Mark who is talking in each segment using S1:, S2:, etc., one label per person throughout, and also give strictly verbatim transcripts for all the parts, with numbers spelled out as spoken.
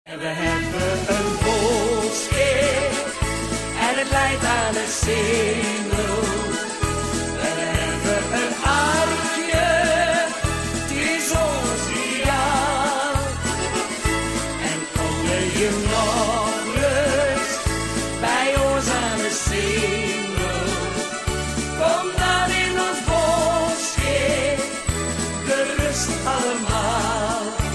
S1: En we hebben een volkslied en het leidt aan het singel. En we hebben een armpje, het is ons ideaal. En kom je nog eens bij ons aan het singel. Kom dan in ons volkslied, gerust allemaal.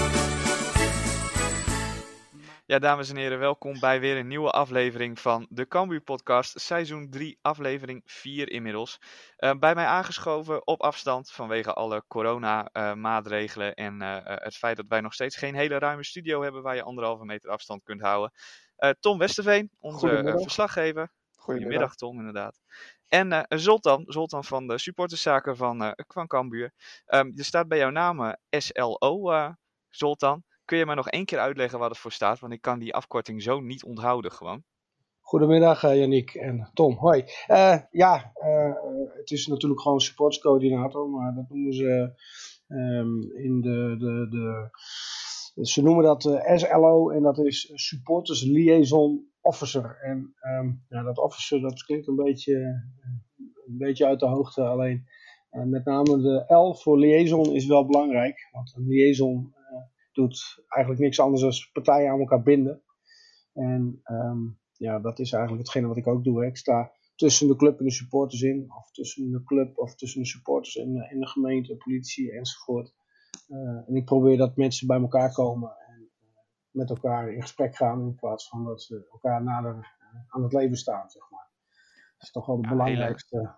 S2: Ja, dames en heren, welkom bij weer een nieuwe aflevering van de Cambuur Podcast, seizoen drie, aflevering vier inmiddels. Uh, bij mij aangeschoven op afstand vanwege alle corona-maatregelen uh, en uh, het feit dat wij nog steeds geen hele ruime studio hebben waar je anderhalve meter afstand kunt houden. Uh, Tom Westerveen, onze uh, verslaggever. Goedemiddag Tom, inderdaad. En uh, Zoltan, Zoltan van de supporterszaken van, uh, van Cambuur. Um, er staat bij jouw naam uh, S L O, uh, Zoltan. Kun je mij nog één keer uitleggen wat het voor staat? Want ik kan die afkorting zo niet onthouden gewoon.
S3: Goedemiddag uh, Yannick en Tom, hoi. Uh, ja, uh, het is natuurlijk gewoon supportscoördinator, maar dat noemen ze um, in de, de, de... Ze noemen dat uh, S L O en dat is Supporters Liaison Officer. En um, ja, dat officer, dat klinkt een beetje, een beetje uit de hoogte, alleen uh, met name de L voor liaison is wel belangrijk. Want een liaison uh, doet eigenlijk niks anders dan partijen aan elkaar binden. En um, ja, dat is eigenlijk hetgene wat ik ook doe. Hè. Ik sta tussen de club en de supporters in, of tussen de club of tussen de supporters en, en de gemeente, politie enzovoort. Uh, en ik probeer dat mensen bij elkaar komen en uh, met elkaar in gesprek gaan in plaats van dat ze elkaar nader uh, aan het leven staan, zeg maar. Dat is toch wel de ja, belangrijkste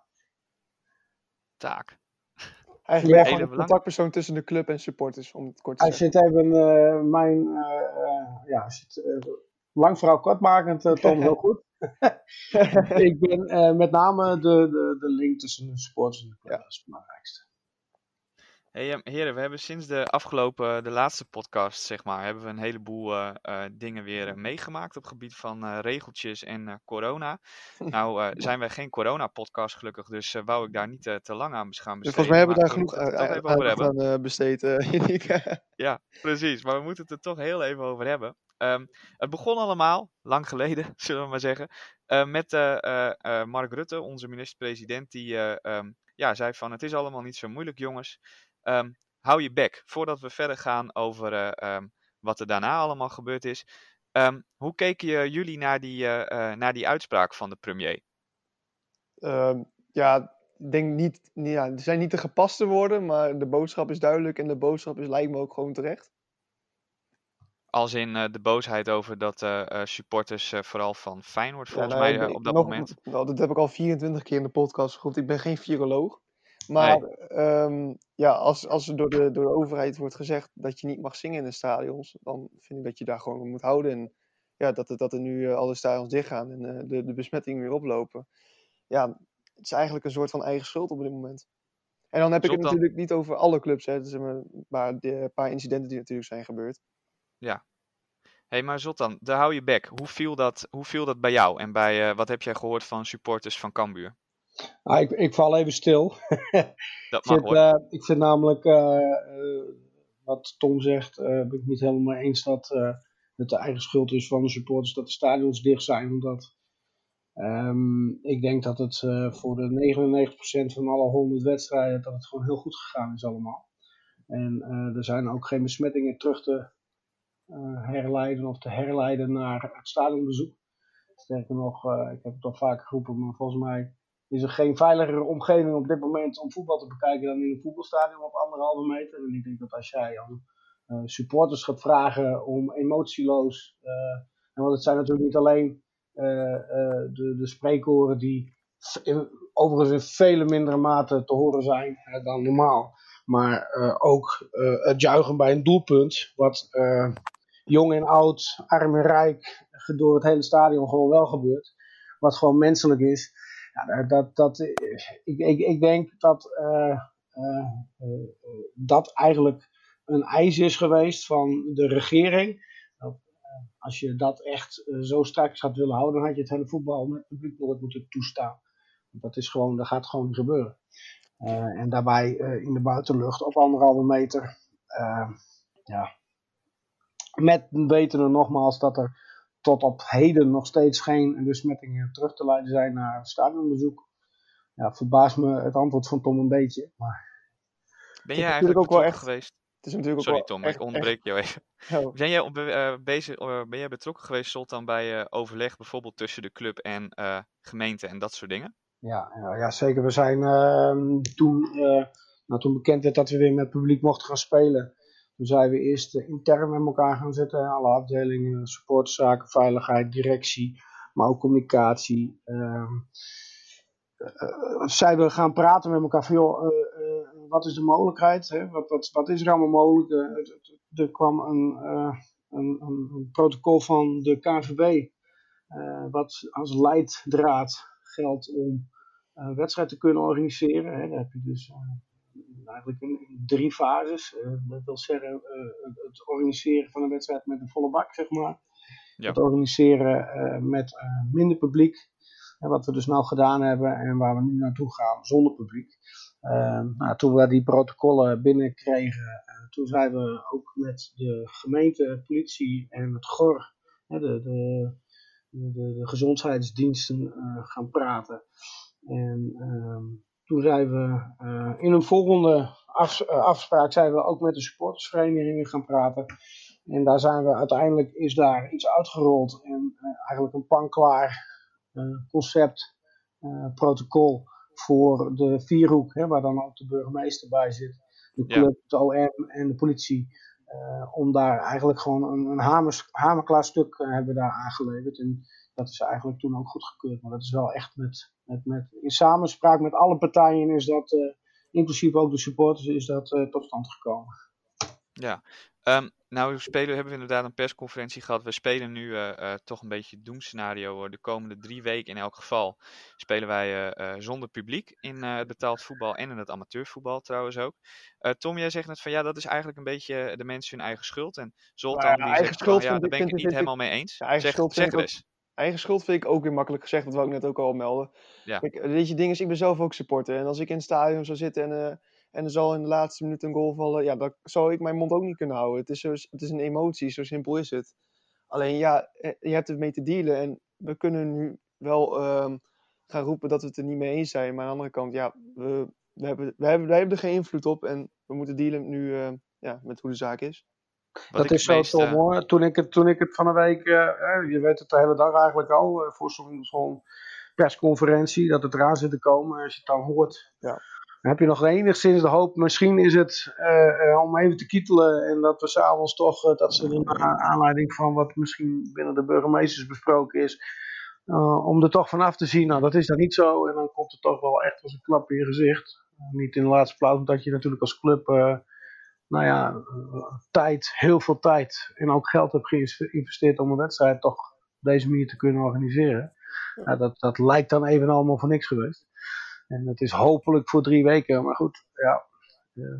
S2: taak.
S4: Eigenlijk ben je gewoon de contactpersoon tussen de club en supporters, om het kort te
S3: als
S4: zeggen.
S3: Als je het even, uh, mijn, uh, uh, ja, als je het, uh, lang verhaal kortmakend, uh, Tom, heel goed. Ik ben uh, met name de, de, de link tussen de supporters en de club, ja. Dat is het belangrijkste.
S2: Hey, heren, we hebben sinds de afgelopen, de laatste podcast, zeg maar, hebben we een heleboel uh, uh, dingen weer uh, meegemaakt op het gebied van uh, regeltjes en uh, corona. Nou uh, zijn wij geen corona-podcast gelukkig, dus uh, wou ik daar niet uh, te lang aan gaan besteden.
S4: Dus volgens mij hebben we daar
S2: we
S4: genoeg uh, aan uh, besteed, uh,
S2: Ja, precies, maar we moeten het er toch heel even over hebben. Um, het begon allemaal, lang geleden, zullen we maar zeggen, uh, met uh, uh, uh, Mark Rutte, onze minister-president, die uh, um, ja, zei van het is allemaal niet zo moeilijk jongens. Um, hou je bek, voordat we verder gaan over uh, um, wat er daarna allemaal gebeurd is. Um, hoe keken jullie naar die, uh, uh, naar die uitspraak van de premier?
S4: Uh, ja, ik denk niet, ja, er zijn niet de gepaste woorden, maar de boodschap is duidelijk en de boodschap is, lijkt me ook gewoon terecht.
S2: Als in uh, de boosheid over dat uh, uh, supporters uh, vooral van Feyenoord volgens ja, nou, mij uh, op dat
S4: nog,
S2: moment.
S4: Nou, dat heb ik al vierentwintig keer in de podcast geroepen. Ik ben geen viroloog. Maar nee. um, ja, als, als er door de, door de overheid wordt gezegd dat je niet mag zingen in de stadions, dan vind ik dat je daar gewoon moet houden. En ja, dat, er, dat er nu uh, alle stadions dichtgaan en uh, de, de besmettingen weer oplopen. Ja, het is eigenlijk een soort van eigen schuld op dit moment. En dan heb Zot ik het dan... natuurlijk niet over alle clubs, hè. Het zijn maar een paar incidenten die natuurlijk zijn gebeurd.
S2: Ja. Hé, hey, maar Zoltan, daar hou je bek. Hoe viel dat, hoe viel dat bij jou? En bij, uh, wat heb jij gehoord van supporters van Cambuur?
S3: Ah, ik, ik val even stil.
S2: Dat mag,
S3: ik, vind,
S2: hoor.
S3: Uh, ik vind namelijk, uh, uh, wat Tom zegt, uh, ben ik niet helemaal eens dat uh, het de eigen schuld is van de supporters dat de stadions dicht zijn. Omdat um, ik denk dat het uh, voor de negenennegentig procent van alle honderd wedstrijden dat het gewoon heel goed gegaan is allemaal. En uh, er zijn ook geen besmettingen terug te uh, herleiden of te herleiden naar het stadionbezoek. Sterker nog, uh, ik heb het al vaker geroepen, maar volgens mij is er geen veiligere omgeving op dit moment om voetbal te bekijken dan in een voetbalstadion op anderhalve meter. En ik denk dat als jij aan uh, supporters gaat vragen om emotieloos, uh, en want het zijn natuurlijk niet alleen uh, uh, de, de spreekkoren die in, overigens in vele mindere mate te horen zijn uh, dan normaal, maar uh, ook uh, het juichen bij een doelpunt, wat uh, jong en oud, arm en rijk, door het hele stadion gewoon wel gebeurt, wat gewoon menselijk is. Ja, dat, dat, ik, ik, ik denk dat uh, uh, uh, dat eigenlijk een eis is geweest van de regering. Dat, uh, als je dat echt uh, zo strak gaat willen houden, dan had je het hele voetbal met het publiek nooit moeten toestaan. Dat is gewoon, dat gaat gewoon niet gebeuren. Uh, en daarbij uh, in de buitenlucht op anderhalve meter. Uh, ja. met weten we nogmaals dat er tot op heden nog steeds geen besmettingen terug te leiden zijn naar het stadionbezoek. Ja, verbaast me het antwoord van Tom een beetje. Maar...
S2: Ben jij
S4: Het is
S2: eigenlijk
S4: natuurlijk ook wel
S2: betrokken
S4: echt-
S2: geweest?
S4: Het is natuurlijk ook
S2: Sorry
S4: wel
S2: Tom,
S4: echt,
S2: ik onderbreek jou even.
S4: echt- oh.
S2: Ben jij, op, eh, bezig, eh, ben jij betrokken geweest, Zoltan, bij eh, overleg bijvoorbeeld tussen de club en eh, gemeente en dat soort dingen?
S3: Ja, ja, ja, zeker. We zijn uh, toen, uh, nou, toen bekend werd dat we weer met publiek mochten gaan spelen. Toen zijn we eerst uh, intern met elkaar gaan zitten. Alle afdelingen, supporterszaken, veiligheid, directie, maar ook communicatie. Uh, uh, zijn we gaan praten met elkaar van, joh, uh, uh, wat is de mogelijkheid? Hè? Wat, wat, wat is er allemaal mogelijk? Uh, er kwam een, uh, een, een, een protocol van de K N V B, uh, wat als leidraad geldt om een wedstrijd te kunnen organiseren. Hè. Daar heb je dus uh, eigenlijk in, in drie fases. Uh, dat wil zeggen uh, het organiseren van een wedstrijd met een volle bak, zeg maar. Ja. Het organiseren uh, met uh, minder publiek. En wat we dus nou gedaan hebben en waar we nu naartoe gaan zonder publiek. Uh, nou, toen we die protocollen binnenkregen, uh, toen zijn we ook met de gemeente, politie en het G O R, hè, de, de, de, de gezondheidsdiensten, uh, gaan praten. En uh, toen zijn we uh, in een volgende af, uh, afspraak zijn we ook met de supportersverenigingen gaan praten. En daar zijn we uiteindelijk is daar iets uitgerold en uh, eigenlijk een panklaar uh, concept, uh, protocol voor de Vierhoek, hè, waar dan ook de burgemeester bij zit, de club, ja. de O M en de politie. Uh, om daar eigenlijk gewoon een, een hamers, hamerklaar stuk uh, hebben we daar aangeleverd. En dat is eigenlijk toen ook goedgekeurd. Maar dat is wel echt met, met, met in samenspraak met alle partijen is dat, uh, inclusief ook de supporters, is dat uh, tot stand gekomen.
S2: Ja, um, nou we spelen, hebben we inderdaad een persconferentie gehad. We spelen nu uh, uh, toch een beetje het doemscenario. Uh, de komende drie weken in elk geval spelen wij uh, uh, zonder publiek in uh, het betaald voetbal en in het amateurvoetbal trouwens ook. Uh, Tom, jij zegt net van ja, dat is eigenlijk een beetje de mensen hun eigen schuld. En Zoltan
S4: ja,
S2: die
S4: eigen
S2: zegt
S4: schuld
S2: van ja, daar ben ik het niet helemaal
S4: ik,
S2: mee eens.
S4: Ja, eigen
S2: zeg
S4: schuld
S2: zeg
S4: vind
S2: eens.
S4: Ook, eigen schuld vind ik ook weer makkelijk gezegd, dat wou ik net ook al melden.
S2: Ja.
S4: Kijk, weet je, ding is, ik ben zelf ook supporter. En als ik in het stadion zou zitten en... Uh, En er zal in de laatste minuut een goal vallen. Ja, dan zou ik mijn mond ook niet kunnen houden. Het is, zo, het is een emotie, zo simpel is het. Alleen ja, je hebt ermee te dealen. En we kunnen nu wel um, gaan roepen dat we het er niet mee eens zijn. Maar aan de andere kant, ja, we, we, hebben, we, hebben, wij hebben er geen invloed op. En we moeten dealen nu uh, ja, met hoe de zaak is.
S3: Wat dat is zo meest, Tom, hoor. Toen ik, het, toen ik het van een week, uh, je weet het de hele dag eigenlijk al, uh, voor zo'n, zo'n persconferentie, dat het eraan zit te komen. Als je het dan hoort...
S4: Ja.
S3: Dan heb je nog enigszins de hoop, misschien is het uh, uh, om even te kietelen en dat we s'avonds toch, uh, dat ze er naar aanleiding van wat misschien binnen de burgemeesters besproken is, uh, om er toch vanaf te zien, nou dat is dan niet zo en dan komt het toch wel echt als een klap in je gezicht. Uh, niet in de laatste plaats, omdat je natuurlijk als club, uh, nou ja, uh, tijd, heel veel tijd en ook geld hebt geïnvesteerd om een wedstrijd toch op deze manier te kunnen organiseren. Uh, dat, dat lijkt dan even allemaal voor niks geweest. En het is hopelijk voor drie weken, maar goed, ja. Uh,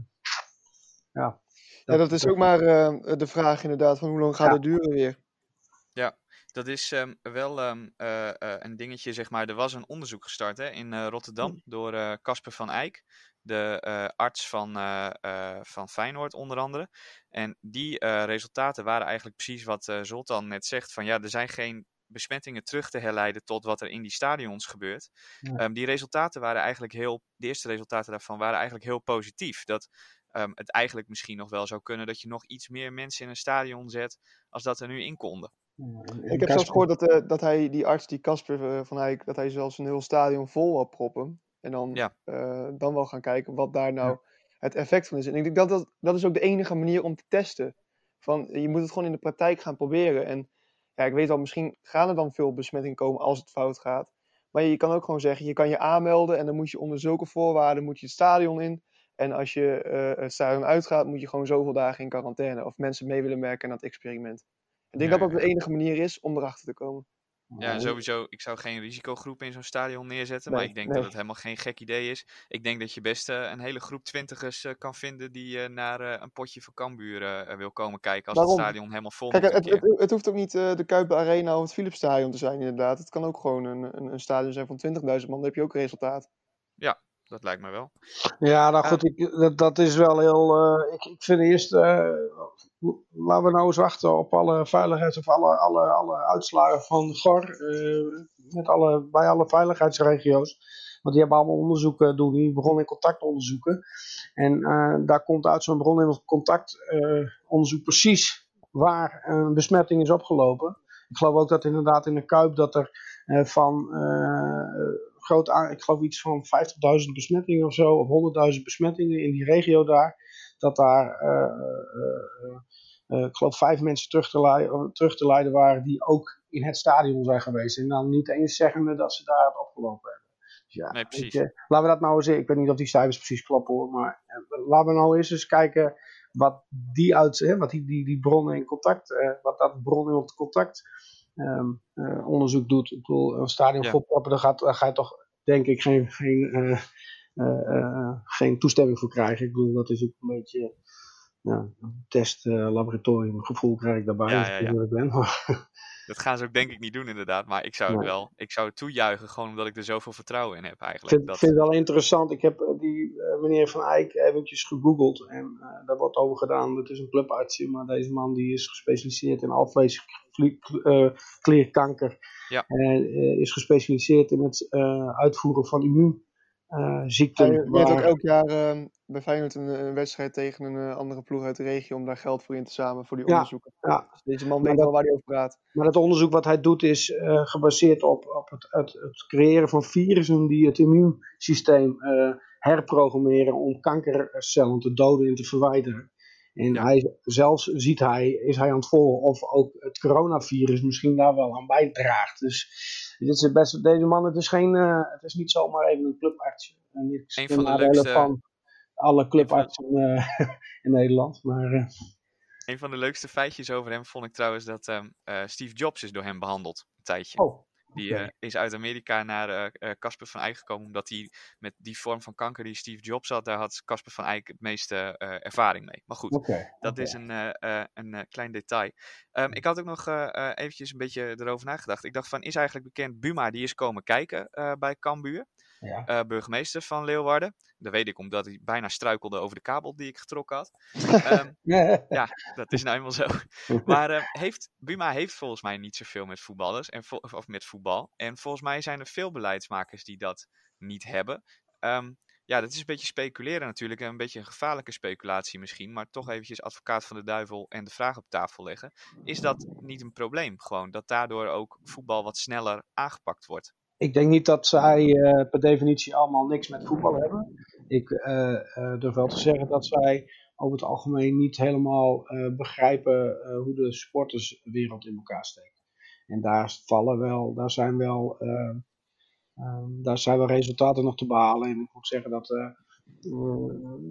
S3: ja,
S4: dat, ja, dat is ook maar uh, de vraag inderdaad, van hoe lang gaat ja. het duren weer?
S2: Ja, dat is um, wel um, uh, uh, een dingetje, zeg maar. Er was een onderzoek gestart hè, in uh, Rotterdam door Casper uh, van Eyck, de uh, arts van, uh, uh, van Feyenoord onder andere. En die uh, resultaten waren eigenlijk precies wat uh, Zoltan net zegt, van ja, er zijn geen besmettingen terug te herleiden tot wat er in die stadions gebeurt. Ja. Um, die resultaten waren eigenlijk heel, de eerste resultaten daarvan waren eigenlijk heel positief. Dat um, het eigenlijk misschien nog wel zou kunnen dat je nog iets meer mensen in een stadion zet als dat er nu in konden.
S4: Ja, ik heb zelfs gehoord dat, uh, dat hij, die arts, die Casper uh, van Eyck, dat hij zelfs een heel stadion vol wil proppen. En dan, ja. uh, dan wel gaan kijken wat daar nou ja. het effect van is. En ik denk dat, dat dat is ook de enige manier om te testen. Van, je moet het gewoon in de praktijk gaan proberen. En ja, ik weet al, misschien gaan er dan veel besmettingen komen als het fout gaat. Maar je kan ook gewoon zeggen, je kan je aanmelden en dan moet je onder zulke voorwaarden moet je het stadion in. En als je uh, het stadion uitgaat, moet je gewoon zoveel dagen in quarantaine. Of mensen mee willen werken aan het experiment. Ik denk ja, dat dat de enige manier is om erachter te komen.
S2: Ja, en sowieso, ik zou geen risicogroepen in zo'n stadion neerzetten, nee, maar ik denk nee. dat het helemaal geen gek idee is. Ik denk dat je best uh, een hele groep twintigers uh, kan vinden die uh, naar uh, een potje van Cambuur uh, wil komen kijken als Waarom? Het stadion helemaal vol
S4: Kijk,
S2: moet.
S4: Het, het, het hoeft ook niet uh, de Kuip Arena of het Philipsstadion te zijn inderdaad. Het kan ook gewoon een, een, een stadion zijn van twintigduizend man, dan heb je ook resultaat.
S2: Ja, dat lijkt me wel.
S3: Ja, nou
S2: Uh,
S3: goed, ik, dat, dat is wel heel... Uh, ik, ik vind eerst... Uh, laten we nou eens wachten op alle veiligheids... of alle, alle, alle uitslagen van G O R... Uh, met alle, bij alle veiligheidsregio's. Want die hebben allemaal onderzoeken doen. Die begonnen in contactonderzoeken. En uh, daar komt uit zo'n bron in contactonderzoek uh, precies waar een besmetting is opgelopen. Ik geloof ook dat inderdaad in de Kuip dat er uh, van... Uh, groot aan, ik geloof iets van vijftigduizend besmettingen of zo, of honderdduizend besmettingen in die regio daar, dat daar, uh, uh, uh, ik geloof vijf mensen terug te, leiden, terug te leiden waren die ook in het stadion zijn geweest. En dan niet eens zeggende dat ze daar het opgelopen hebben. Dus ja,
S2: nee, precies.
S3: Je, laten we dat nou eens, ik weet niet of die cijfers precies kloppen hoor, maar uh, laten we nou eens eens kijken wat die uit, hè, wat die, die, die bronnen in contact, uh, wat dat bronnen in contact Um, uh, onderzoek doet. Ik bedoel, een stadion
S2: Ja.
S3: volproppen, daar, gaat, daar ga je toch, denk ik, geen, geen, uh, uh, uh, geen toestemming voor krijgen. Ik bedoel, dat is ook een beetje ja, een testlaboratorium uh, gevoel krijg ik daarbij,
S2: ja,
S3: als
S2: ja,
S3: ik
S2: ja.
S3: er ben.
S2: Dat gaan ze ook denk ik niet doen inderdaad, maar ik zou het
S3: Nee.
S2: wel, ik zou het toejuichen gewoon omdat ik er zoveel vertrouwen in heb
S3: Ik
S2: eigenlijk.
S3: vind,
S2: Dat...
S3: vind het wel interessant. Ik heb uh, die uh, meneer Van Eyck eventjes gegoogeld en uh, daar wordt over gedaan. Het is een clubarts, maar deze man die is gespecialiseerd in alvleesklierkanker.
S2: Ja.
S3: En uh, is gespecialiseerd in het uh, uitvoeren van immuunziekten.
S4: Hij weet ook elk jaar uh, bij Feyenoord een, een wedstrijd tegen een uh, andere ploeg uit de regio om daar geld voor in te zamelen voor die onderzoeken.
S3: Ja, ja.
S4: Dus deze man
S3: Maar
S4: weet
S3: dat,
S4: wel waar hij over praat.
S3: Maar het onderzoek wat hij doet is uh, gebaseerd op, op het, het, het creëren van virussen die het immuunsysteem uh, herprogrammeren om kankercellen te doden en te verwijderen. En
S2: Ja.
S3: hij, zelfs ziet hij, is hij aan het volgen of ook het coronavirus misschien daar wel aan bijdraagt. Dus dit is best, deze man, het is, geen, uh, het is niet zomaar even een clubarts. En niks
S2: Een van de leukste...
S3: van alle clubartsen uh, in Nederland. Maar... Uh,
S2: Een van de leukste feitjes over hem vond ik trouwens dat um, uh, Steve Jobs is door hem behandeld, een tijdje.
S3: Oh,
S2: die
S3: okay.
S2: uh, is uit Amerika naar Casper uh, uh, van Eyck gekomen, omdat hij met die vorm van kanker die Steve Jobs had, daar had Casper van Eyck het meeste uh, ervaring mee. Maar goed,
S3: okay,
S2: dat
S3: okay.
S2: is een, uh, uh, een uh, klein detail. Um, ik had ook nog uh, uh, eventjes een beetje erover nagedacht. Ik dacht van, is eigenlijk bekend, Buma die is komen kijken uh, bij Cambuur.
S3: Ja.
S2: Uh, burgemeester van Leeuwarden. Dat weet ik omdat hij bijna struikelde over de kabel die ik getrokken had. Um, ja, dat is nou eenmaal zo. Maar uh, heeft, Buma heeft volgens mij niet zoveel met voetballers en vo- of met voetbal. En volgens mij zijn er veel beleidsmakers die dat niet hebben. Um, ja, dat is een beetje speculeren natuurlijk. En een beetje een gevaarlijke speculatie misschien. Maar toch eventjes advocaat van de duivel en de vraag op tafel leggen. Is dat niet een probleem? Gewoon dat daardoor ook voetbal wat sneller aangepakt wordt.
S3: Ik denk niet dat zij uh, per definitie allemaal niks met voetbal hebben. Ik uh, uh, durf wel te zeggen dat zij over het algemeen niet helemaal uh, begrijpen uh, hoe de supporterswereld in elkaar steekt. En daar vallen wel, daar zijn wel, uh, uh, daar zijn wel resultaten nog te behalen. En ik moet zeggen dat, uh, uh,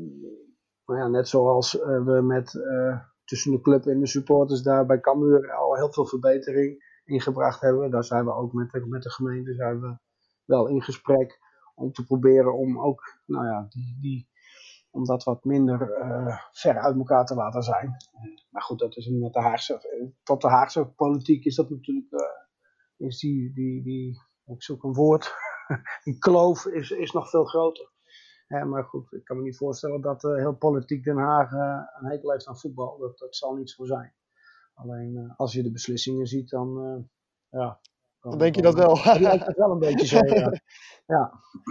S3: nou ja, net zoals uh, we met uh, tussen de club en de supporters daar bij Cambuur al heel veel verbetering ingebracht hebben. Daar zijn we ook met de, met de gemeente zijn we wel in gesprek om te proberen om ook, nou ja, die, die, om dat wat minder uh, ver uit elkaar te laten zijn. Uh, maar goed, dat is met de Haagse, tot de Haagse politiek is dat natuurlijk, uh, is die, die, die, ik zoek een woord, die kloof is, is nog veel groter. Uh, maar goed, ik kan me niet voorstellen dat uh, heel politiek Den Haag uh, een hekel heeft aan voetbal. Dat, dat zal niet zo zijn. Alleen uh, als je de beslissingen ziet, dan, uh, ja,
S4: dan, dan denk je dat wel.
S3: Dan lijkt het wel een beetje zo, ja. Ja,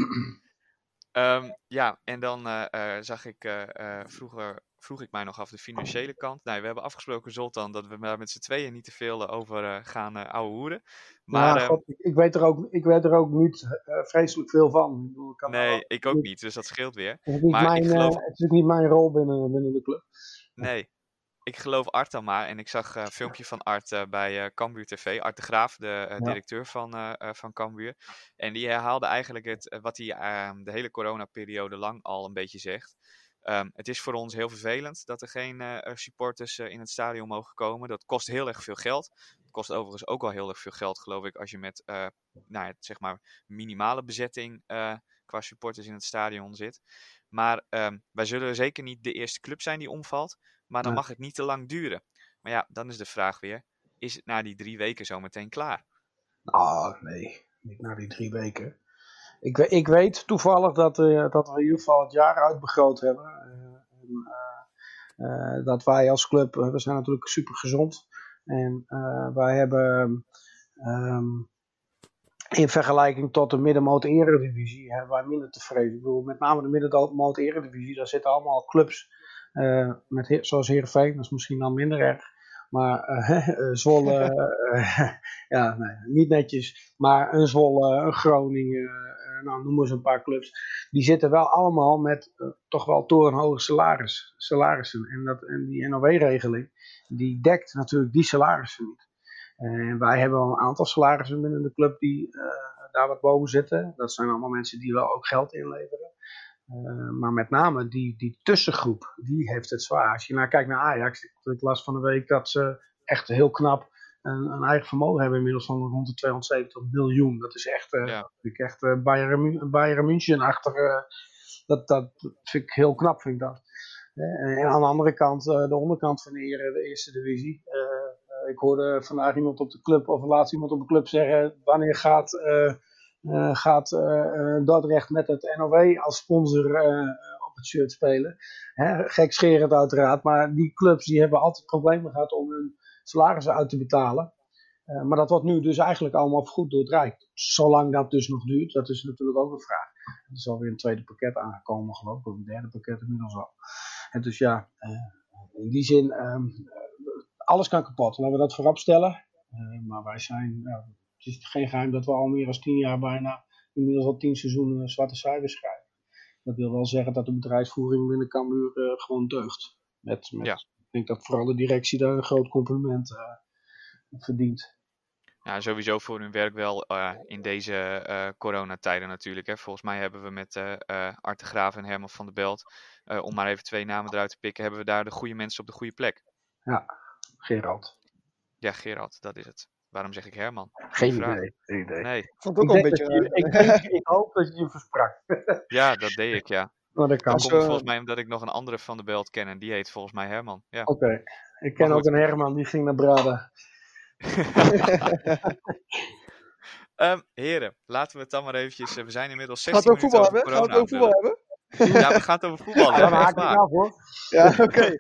S2: um, ja en dan uh, uh, zag ik uh, uh, vroeger, vroeg ik mij nog af de financiële kant. Nou, we hebben afgesproken, Zoltan, dat we daar met z'n tweeën niet te veel uh, over uh, gaan uh, ouwe hoeren. Maar,
S3: ja, God, ik, ik, weet er ook, ik weet er ook niet uh, vreselijk veel van. Ik bedoel, ik
S2: nee,
S3: wel,
S2: ik ook niet, dus dat scheelt weer.
S3: Het is niet,
S2: maar
S3: mijn,
S2: ik geloof...
S3: uh, het is ook niet mijn rol binnen, binnen de club.
S2: Nee. Ik geloof Art dan maar. En ik zag uh, een filmpje van Art uh, bij uh, Cambuur T V. Art de Graaf, de uh, directeur ja. van, uh, uh, van Cambuur. En die herhaalde eigenlijk het, uh, wat hij uh, de hele coronaperiode lang al een beetje zegt. Um, het is voor ons heel vervelend dat er geen uh, supporters uh, in het stadion mogen komen. Dat kost heel erg veel geld. Het kost overigens ook wel heel erg veel geld, geloof ik, als je met uh, nou ja, zeg maar minimale bezetting uh, qua supporters in het stadion zit. Maar um, wij zullen zeker niet de eerste club zijn die omvalt. Maar dan mag het niet te lang duren. Maar ja, dan is de vraag weer, is het na die drie weken zo meteen klaar?
S3: Ah, nee, niet na die drie weken. ik, we- ik weet toevallig dat, uh, dat we in ieder geval het jaar uitbegroot hebben. Uh, en, uh, uh, dat wij als club, uh, we zijn natuurlijk super gezond. En uh, wij hebben um, in vergelijking tot de middenmoot eredivisie hebben wij minder tevreden. Ik bedoel, met name de middenmoot eredivisie, daar zitten allemaal clubs uh, met, zoals Heerenveen, dat is misschien dan minder erg. Maar uh, uh, Zwolle, uh, ja, nee, niet netjes. Maar een Zwolle, een Groningen, uh, nou noem eens een paar clubs. Die zitten wel allemaal met uh, toch wel torenhoge salaris, salarissen. En, dat, en die N O W-regeling, die dekt natuurlijk die salarissen niet. En wij hebben wel een aantal salarissen binnen de club die uh, daar wat boven zitten. Dat zijn allemaal mensen die wel ook geld inleveren. Uh, maar met name die, die tussengroep, die heeft het zwaar. Als je nou kijkt naar Ajax, ik, ik las van de week dat ze echt heel knap een, een eigen vermogen hebben inmiddels van rond de tweehonderdzeventig miljoen. Dat is echt, uh,
S2: Ja.
S3: ik echt uh, Bayern, Bayern München-achtig. Uh, dat, dat vind ik heel knap, vind ik dat. Uh, en aan de andere kant, uh, de onderkant van de, Ere, de eerste divisie. Uh, uh, ik hoorde vandaag iemand op de club, of laatst iemand op de club zeggen, wanneer gaat... Uh, Uh, gaat uh, Dordrecht met het N O W als sponsor uh, op het shirt spelen. Hè, gekscherend uiteraard, maar die clubs die hebben altijd problemen gehad om hun salarissen uit te betalen. Uh, maar dat wordt nu dus eigenlijk allemaal goed door het Rijk. Zolang dat dus nog duurt, dat is natuurlijk ook een vraag. Er is alweer een tweede pakket aangekomen, geloof ik, of een derde pakket inmiddels al. En dus ja, uh, in die zin, um, alles kan kapot. Laten we dat voorop stellen. Uh, maar wij zijn... Uh, Het is geen geheim dat we al meer dan tien jaar bijna, inmiddels al tien seizoenen zwarte cijfers schrijven. Dat wil wel zeggen dat de bedrijfsvoering binnen Cambuur uh, gewoon deugt. Met, met,
S2: Ja.
S3: Ik denk dat vooral de directie daar een groot compliment uh, verdient.
S2: Ja, sowieso voor hun werk wel uh, in deze uh, coronatijden natuurlijk. Hè. Volgens mij hebben we met uh, uh, Art de Graaf en Herman van der Belt, uh, om maar even twee namen eruit te pikken, hebben we daar de goede mensen op de goede plek.
S3: Ja, Gerald.
S2: Ja, Gerald, dat is het. Waarom zeg ik Herman?
S3: Geen idee. Geen idee.
S2: Nee.
S4: Ik vond het ook wel een beetje
S3: je, ik, denk, ik hoop dat je je versprak.
S2: Ja, dat deed ik, ja.
S3: Maar dat kan.
S2: Dat komt volgens mij omdat ik nog een andere van de Belt ken en die heet volgens mij Herman. Ja.
S3: Oké, okay. Ik ken
S2: Maar
S3: ook
S2: goed.
S3: een Herman die ging naar Brada.
S2: um, heren, laten we het dan maar eventjes... Uh, we zijn inmiddels
S4: Gaat
S2: zestien
S4: het over
S2: minuten
S4: voetbal
S2: over
S4: hebben?
S2: corona.
S4: Gaat het over voetbal hebben?
S2: Ja, we gaan het over voetbal
S3: Ja,
S2: hebben.
S3: dan
S2: echt
S3: haak ik
S2: waar.
S3: af hoor.
S4: Ja, oké. Okay.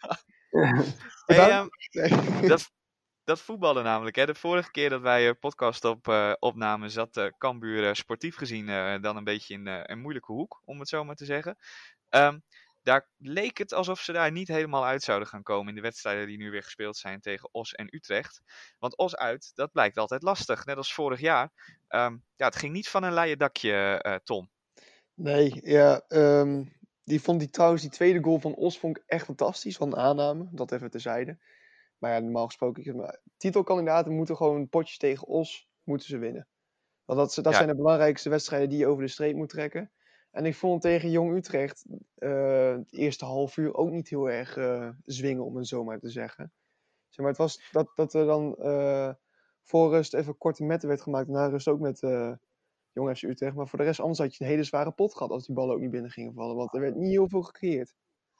S2: Hey, um,
S4: Nee.
S2: dat, dat voetballen namelijk. Hè. De vorige keer dat wij een podcast op, uh, opnamen, zat uh, Cambuur uh, sportief gezien uh, dan een beetje in uh, een moeilijke hoek, om het zo maar te zeggen. Um, daar leek het alsof ze daar niet helemaal uit zouden gaan komen in de wedstrijden die nu weer gespeeld zijn tegen Os en Utrecht. Want Os uit, dat blijkt altijd lastig. Net als vorig jaar. Um, ja, het ging niet van een leien dakje, uh, Tom.
S4: Nee, ja. Um, die vond die trouwens, die tweede goal van Os vond ik echt fantastisch. Van een aanname, dat even terzijde. Maar ja, normaal gesproken, maar titelkandidaten moeten gewoon potjes tegen Os, moeten ze winnen. Want dat, dat ja. zijn de belangrijkste wedstrijden die je over de streep moet trekken. En ik vond tegen Jong Utrecht uh, het eerste half uur ook niet heel erg uh, zwingen, om het zo maar te zeggen. Zeg maar, het was dat, dat er dan uh, voor rust even korte metten werd gemaakt. En na rust ook met uh, Jong F C Utrecht. Maar voor de rest, anders had je een hele zware pot gehad als die ballen ook niet binnen gingen vallen. Want er werd niet heel veel gecreëerd.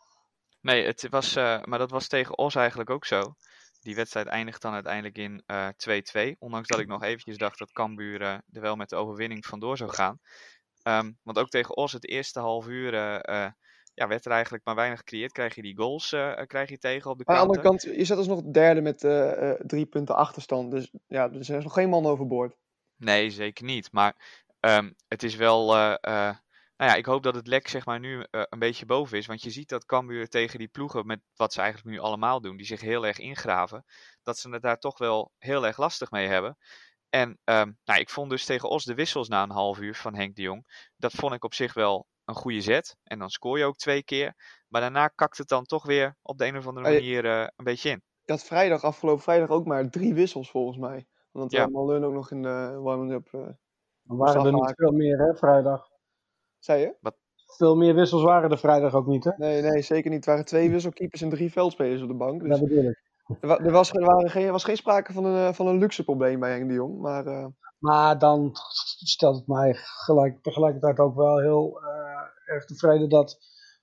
S2: Nee, het was, uh, maar dat was tegen Os eigenlijk ook zo. Die wedstrijd eindigt dan uiteindelijk in uh, twee-twee. Ondanks dat ik nog eventjes dacht dat Cambuur uh, er wel met de overwinning vandoor zou gaan. Um, want ook tegen Os het eerste half uur uh, uh, ja, werd er eigenlijk maar weinig gecreëerd. Krijg je die goals uh, krijg je tegen op de
S4: Aan de
S2: kanten.
S4: andere kant, je zet alsnog derde met uh, uh, drie punten achterstand. Dus ja, er is nog geen man overboord.
S2: Nee, zeker niet. Maar um, het is wel... Uh, uh, nou ja, ik hoop dat het lek zeg maar nu uh, een beetje boven is. Want je ziet dat Cambuur tegen die ploegen, met wat ze eigenlijk nu allemaal doen, die zich heel erg ingraven, dat ze het daar toch wel heel erg lastig mee hebben. En um, nou, ik vond dus tegen Os de wissels na een half uur van Henk de Jong. Dat vond ik op zich wel een goede zet. En dan scoor je ook twee keer. Maar daarna kakt het dan toch weer op de een of andere manier uh, een beetje in.
S4: Je had vrijdag, afgelopen vrijdag ook maar drie wissels volgens mij. Want
S2: ja.
S4: uh, Malun ook nog in de warming-up. Uh,
S3: er waren er niet veel meer hè, vrijdag.
S4: Zei je?
S2: Wat?
S3: Veel meer wissels waren er vrijdag ook niet hè?
S4: Nee, nee, zeker niet. Het waren twee wisselkeepers en drie veldspelers op de bank. Dus...
S3: Dat bedoel ik.
S4: Er was, er waren geen, er was geen sprake van een, van een luxe probleem bij Henk de Jong. Maar, uh...
S3: maar dan stelt het mij gelijk, tegelijkertijd ook wel heel uh, erg tevreden dat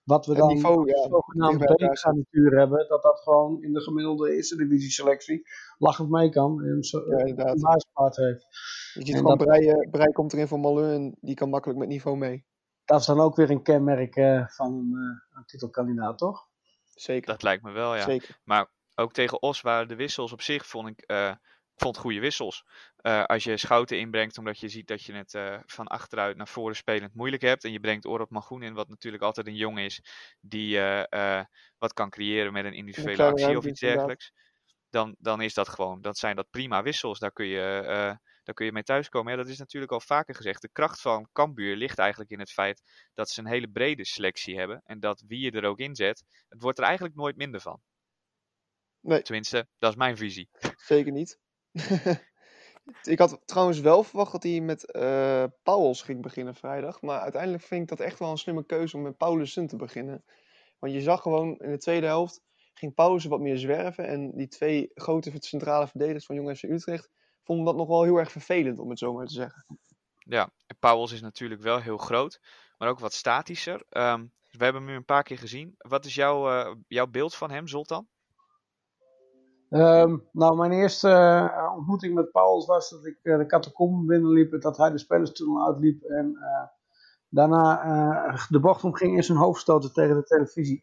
S3: wat we
S4: Het
S3: dan
S4: niveau, ja,
S3: zogenaamd
S4: dicht bij elkaar zit.
S3: B-garnituur hebben, dat dat gewoon in de gemiddelde eerste divisie selectie lachend mee kan en zo,
S4: Ja, inderdaad.
S3: een basispaard heeft.
S4: Je ziet
S3: En
S4: gewoon
S3: dat-
S4: Breij, Breij komt erin voor Malun en die kan makkelijk met niveau mee.
S3: Dat is dan ook weer een kenmerk eh, van een, uh, een titelkandidaat, toch?
S4: Zeker.
S2: Dat lijkt me wel, ja.
S4: Zeker.
S2: Maar ook tegen Os waren de wissels op zich, vond ik, uh, vond goede wissels. Uh, als je Schouten inbrengt, omdat je ziet dat je het uh, van achteruit naar voren spelend moeilijk hebt. En je brengt Orad Magoen in, wat natuurlijk altijd een jongen is, die uh, uh, wat kan creëren met een individuele
S4: Een
S2: actie of iets
S4: inderdaad.
S2: dergelijks. Dan, dan is dat gewoon, dat zijn dat prima wissels. Daar kun je, uh, daar kun je mee thuiskomen. Ja, dat is natuurlijk al vaker gezegd. De kracht van Cambuur ligt eigenlijk in het feit dat ze een hele brede selectie hebben. En dat wie je er ook in zet, het wordt er eigenlijk nooit minder van.
S4: Nee.
S2: Tenminste, dat is mijn visie.
S4: Zeker niet. Ik had trouwens wel verwacht dat hij met uh, Pauwels ging beginnen vrijdag. Maar uiteindelijk vind ik dat echt wel een slimme keuze om met Paulussen te beginnen. Want je zag gewoon in de tweede helft ging Paulussen wat meer zwerven. En die twee grote centrale verdedigers van Jong F C Utrecht vonden dat nog wel heel erg vervelend, om het zo maar te zeggen.
S2: Ja, en Pauwels is natuurlijk wel heel groot, maar ook wat statischer. Um, we hebben hem nu een paar keer gezien. Wat is jouw, uh, jouw beeld van hem, Zoltan?
S3: Um, nou, mijn eerste uh, ontmoeting met Pauwels was dat ik uh, de catacomben binnenliep, dat hij de spelerstunnel uitliep en uh, daarna uh, de bocht omging in zijn hoofd stoten tegen de televisie.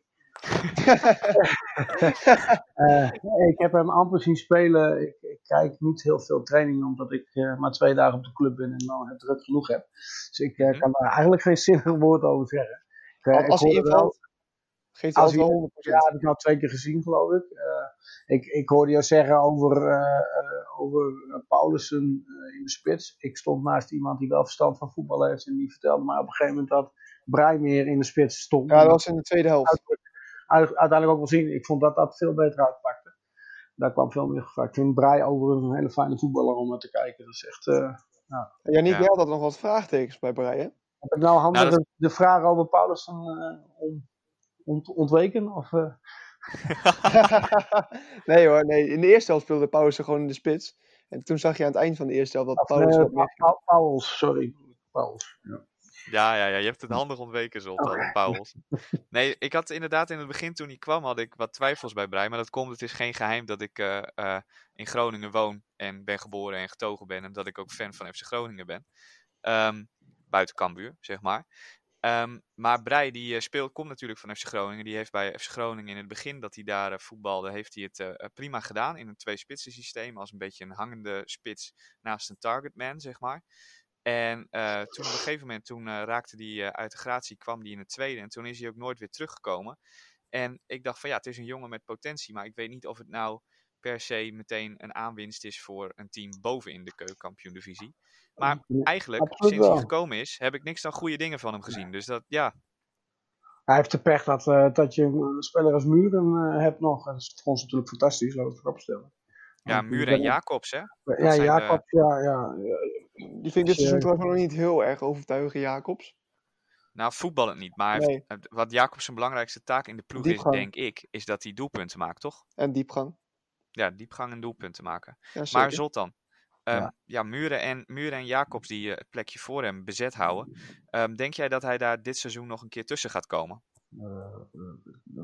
S3: uh, ik heb hem amper zien spelen. Ik, ik kijk niet heel veel trainingen, omdat ik uh, maar twee dagen op de club ben en dan het druk genoeg heb. Dus ik uh, kan daar eigenlijk geen zinnig woord over zeggen. Ik, uh,
S4: als hij invalt, geeft hij altijd wel honderd procent.
S3: Ja, dat heb ik nou twee keer gezien, geloof ik. Uh, ik, ik hoorde jou zeggen over, uh, uh, over Paulussen uh, in de spits. Ik stond naast iemand die wel verstand van voetbal heeft en die vertelde mij op een gegeven moment dat Breijmeer in de spits stond.
S4: Ja, dat was in de tweede helft.
S3: Uiteindelijk ook wel zien. Ik vond dat dat veel beter uitpakte. Daar kwam veel meer gevraagd. Ik vind Breij overigens een hele fijne voetballer om naar te kijken. Dat is echt... Uh, nou.
S4: Janniek,
S2: ja.
S4: jij had nog wat vraagtekens bij Breij, hè?
S3: Heb ik nou handig
S2: nou, dat...
S3: de, de vraag over Paulussen uh, om, ont, ontweken? Of, uh...
S4: nee hoor, nee. In de eerste helft speelde Paulussen gewoon in de spits. En toen zag je aan het eind van de eerste helft dat Paulussen
S3: uh,
S4: wat meer...
S3: Pa- Pauwels, sorry. Pauwels, ja.
S2: Ja, ja, ja, je hebt het handig ontweken, Zoltan, oh. Pauwels. Nee, ik had inderdaad in het begin, toen hij kwam, had ik wat twijfels bij Breij. Maar dat komt, het is geen geheim dat ik uh, uh, in Groningen woon en ben geboren en getogen ben. En dat ik ook fan van F C Groningen ben. Um, buiten Cambuur, zeg maar. Um, maar Breij, die uh, speelt, komt natuurlijk van F C Groningen. Die heeft bij F C Groningen in het begin dat hij daar uh, voetbalde, heeft hij het uh, prima gedaan. In een twee-spitsen systeem, als een beetje een hangende spits naast een targetman, zeg maar. En uh, toen op een gegeven moment, toen uh, raakte hij uh, uit de gratie, kwam hij in het tweede. En toen is hij ook nooit weer teruggekomen. En ik dacht van ja, het is een jongen met potentie. Maar ik weet niet of het nou per se meteen een aanwinst is voor een team boven in de keukenkampioen-divisie. Maar eigenlijk,
S3: Absoluut
S2: sinds
S3: wel.
S2: hij gekomen is, heb ik niks dan goede dingen van hem gezien. Dus dat, ja.
S3: Hij heeft de pech dat, uh, dat je een speler als Muren uh, hebt nog. Dat is voor ons natuurlijk fantastisch, laten we het voorop stellen.
S2: Ja, Muren en Jacobs, hè? Dat
S3: ja, Jacobs, de... ja, ja.
S4: Die vind ik dit seizoen trouwens nog niet heel erg overtuigen, Jacobs.
S2: Nou, voetballen niet. Maar
S4: nee.
S2: heeft, wat Jacobs zijn belangrijkste taak in de ploeg diepgang. is, denk ik, is dat hij doelpunten maakt, toch?
S4: En diepgang.
S2: Ja, diepgang en doelpunten maken.
S4: Ja,
S2: maar Zoltan, um,
S3: ja.
S2: ja, Muren, en, Muren en Jacobs die uh, het plekje voor hem bezet houden. Um, denk jij dat hij daar dit seizoen nog een keer tussen gaat komen?
S3: Uh, uh, uh,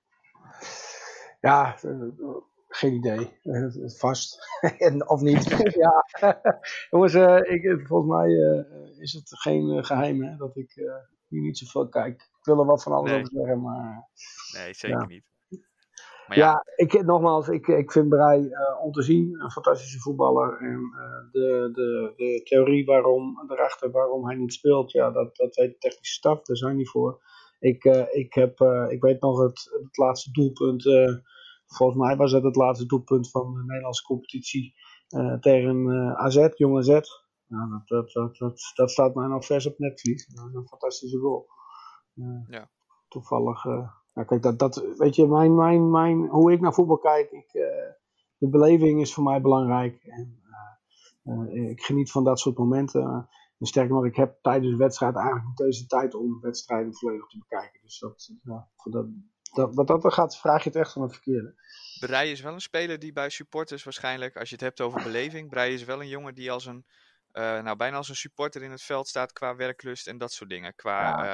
S3: ja, uh, uh, geen idee. Uh, vast. of niet. ja. Jongens, uh, ik, volgens mij uh, is het geen uh, geheim hè, dat ik uh, hier niet zoveel kijk. Ik wil er wat van alles
S2: nee.
S3: over zeggen, maar...
S2: Nee, zeker
S3: ja.
S2: niet. Maar ja,
S3: ja ik, nogmaals, ik, ik vind Breij uh, om te zien een fantastische voetballer. En uh, de, de, de theorie waarom, erachter waarom hij niet speelt, ja, dat, dat weet de technische staf, daar zijn niet voor. Ik, uh, ik, heb, uh, ik weet nog het, het laatste doelpunt, uh, volgens mij was het het laatste doelpunt van de Nederlandse competitie uh, tegen uh, A Z, Jong A Z. Nou, dat, dat, dat, dat, dat staat mij nog vers op netvlies. Dat is een fantastische goal. Uh, ja. Toevallig... Uh, Nou, kijk, dat, dat, weet je, mijn, mijn, mijn, hoe ik naar voetbal kijk, ik, uh, de beleving is voor mij belangrijk. En, uh, uh, ik geniet van dat soort momenten. Uh, en sterker nog, ik heb tijdens de wedstrijd eigenlijk niet deze tijd om wedstrijden volledig te bekijken. Dus dat, uh, dat, dat, wat dat er gaat, vraag je het echt van het verkeerde.
S2: Breij is wel een speler die bij supporters waarschijnlijk, als je het hebt over beleving, Breij is wel een jongen die als een, uh, nou bijna als een supporter in het veld staat qua werklust en dat soort dingen. Qua, uh,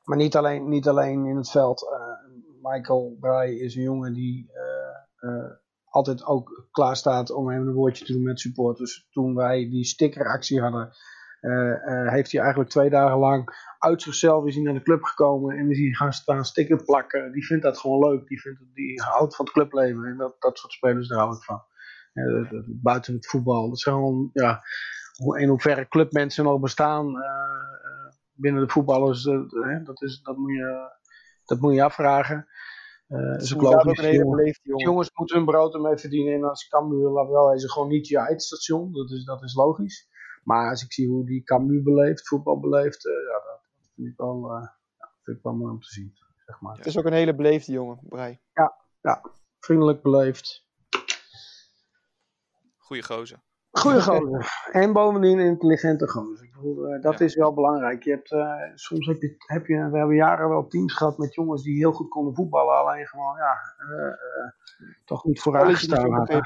S3: maar niet alleen, niet alleen in het veld. Uh, Michael Breij is een jongen die uh, uh, altijd ook klaar staat om even een woordje te doen met supporters. Toen wij die stickeractie hadden, uh, uh, heeft hij eigenlijk twee dagen lang uit zichzelf is hij naar de club gekomen en is hij gaan staan sticker plakken. Die vindt dat gewoon leuk. Die, vindt, die houdt van het clubleven en dat, dat soort spelers, daar hou ik van. Uh, dat, dat, buiten het voetbal. Dat zijn gewoon, ja, in hoeverre clubmensen nog bestaan uh, uh, binnen de voetballers, uh, dat, is, dat, moet je, dat moet je afvragen. Uh, dat is ook logisch.
S4: Ook een hele beleefde jongen.
S3: Jongens moeten hun brood ermee verdienen en als Cambuur, laat wel wezen, gewoon niet je eindstation. Dat is, dat is logisch. Maar als ik zie hoe die Cambuur beleeft, voetbal beleeft, uh, ja, dat vind ik wel, uh, ja, vind ik wel mooi om te zien. Zeg maar.
S4: Het is ook een hele beleefde jongen, Breij.
S3: Ja, ja, vriendelijk beleefd.
S2: Goeie gozer.
S3: Goeie gozer. En bovendien een intelligente gozer. Ik bedoel, uh, dat ja. is wel belangrijk. Je hebt, uh, soms heb je, heb je, we hebben jaren wel teams gehad met jongens die heel goed konden voetballen. Alleen gewoon, ja, uh, uh, toch niet vooruit gestaan.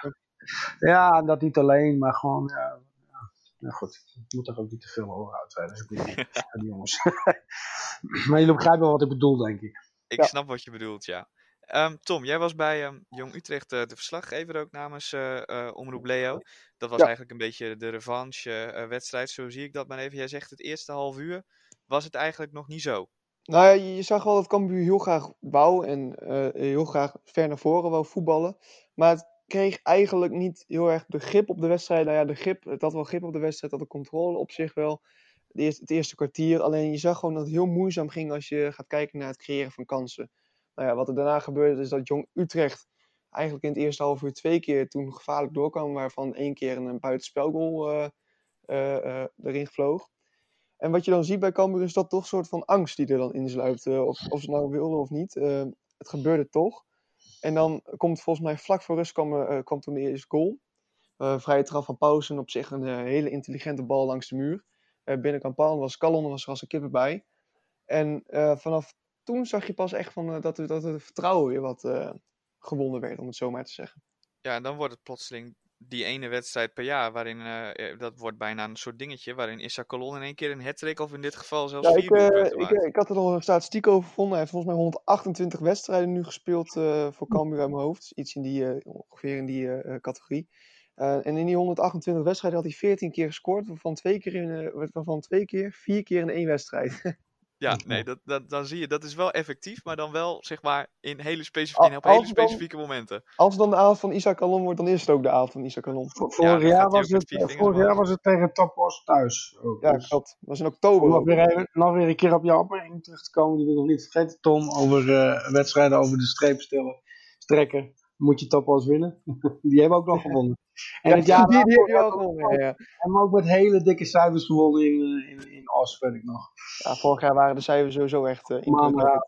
S3: Ja, dat niet alleen, maar gewoon, ja. Nou goed, ik moet er ook niet te veel over uitweiden. Dus ik moet niet aan die jongens. Maar jullie begrijpen wel wat ik bedoel, denk ik.
S2: Ik
S3: ja.
S2: snap wat je bedoelt, ja. Um, Tom, jij was bij um, Jong Utrecht uh, de verslaggever ook namens uh, uh, Omroep Leo. Dat was ja. eigenlijk een beetje de revanche uh, wedstrijd, zo zie ik dat maar even. Jij zegt het eerste half uur was het eigenlijk nog niet zo.
S4: Nou ja, je zag wel dat Cambuur heel graag wou en uh, heel graag ver naar voren wou voetballen. Maar het kreeg eigenlijk niet heel erg de grip op de wedstrijd. Nou ja, de grip, het had wel grip op de wedstrijd, had de controle op zich wel. Het eerste, het eerste kwartier, alleen je zag gewoon dat het heel moeizaam ging als je gaat kijken naar het creëren van kansen. Nou ja, wat er daarna gebeurde is dat Jong Utrecht eigenlijk in het eerste half uur twee keer toen gevaarlijk doorkwam, waarvan één keer een buitenspelgoal uh, uh, uh, erin vloog. En wat je dan ziet bij Cambuur is dat toch een soort van angst die er dan insluipt. Uh, of, of ze nou wilden of niet. Uh, het gebeurde toch. En dan komt volgens mij vlak voor rust kwam, uh, kwam toen de eerste goal. Uh, vrije trap van Pausen, op zich een uh, hele intelligente bal langs de muur. Uh, binnenkant paal was Callon was er als een kippen bij. En uh, vanaf toen zag je pas echt van, uh, dat, dat het vertrouwen weer wat uh, gewonnen werd, om het zo maar te zeggen.
S2: Ja, en dan wordt het plotseling die ene wedstrijd per jaar, waarin, uh, dat wordt bijna een soort dingetje, waarin Issa Callon in één keer een hat-trick, of in dit geval zelfs
S4: ja,
S2: vier
S4: ik,
S2: doelpunten
S4: uh, ik, uh, ik had er al een statistiek over gevonden. Hij heeft volgens mij honderdachtentwintig wedstrijden nu gespeeld uh, voor Cambuur uit mijn hoofd. Iets in die, uh, ongeveer in die uh, categorie. Uh, en in die honderdachtentwintig wedstrijden had hij veertien keer gescoord, waarvan twee keer, in, uh, waarvan twee keer, vier keer in één wedstrijd.
S2: Ja, nee, dat, dat, dan zie je, dat is wel effectief, maar dan wel, zeg maar, in hele, specif- in op hele specifieke
S4: dan,
S2: momenten.
S4: Als het dan de avond van Issa Callon wordt, dan is het ook de avond van Issa Callon.
S3: Vorig, ja, jaar, was het, vorig jaar was het tegen Topos thuis. Ook.
S4: Ja, klopt. Dat was in oktober.
S3: Om nog weer, even, nog weer een keer op jouw opmerking terug te komen, die wil ik nog niet vergeten, Tom, over uh, wedstrijden over de streep stellen, strekken. Moet je Topos winnen. Die hebben ook nog gewonnen. En
S4: ja,
S3: het jaar
S4: die, die heb je wel gewonnen, ja, ja.
S3: En ook met hele dikke cijfers gewonnen in, in, in Os, weet ik nog.
S4: Ja, vorig jaar waren de cijfers sowieso echt uh,
S3: indrukwekkend.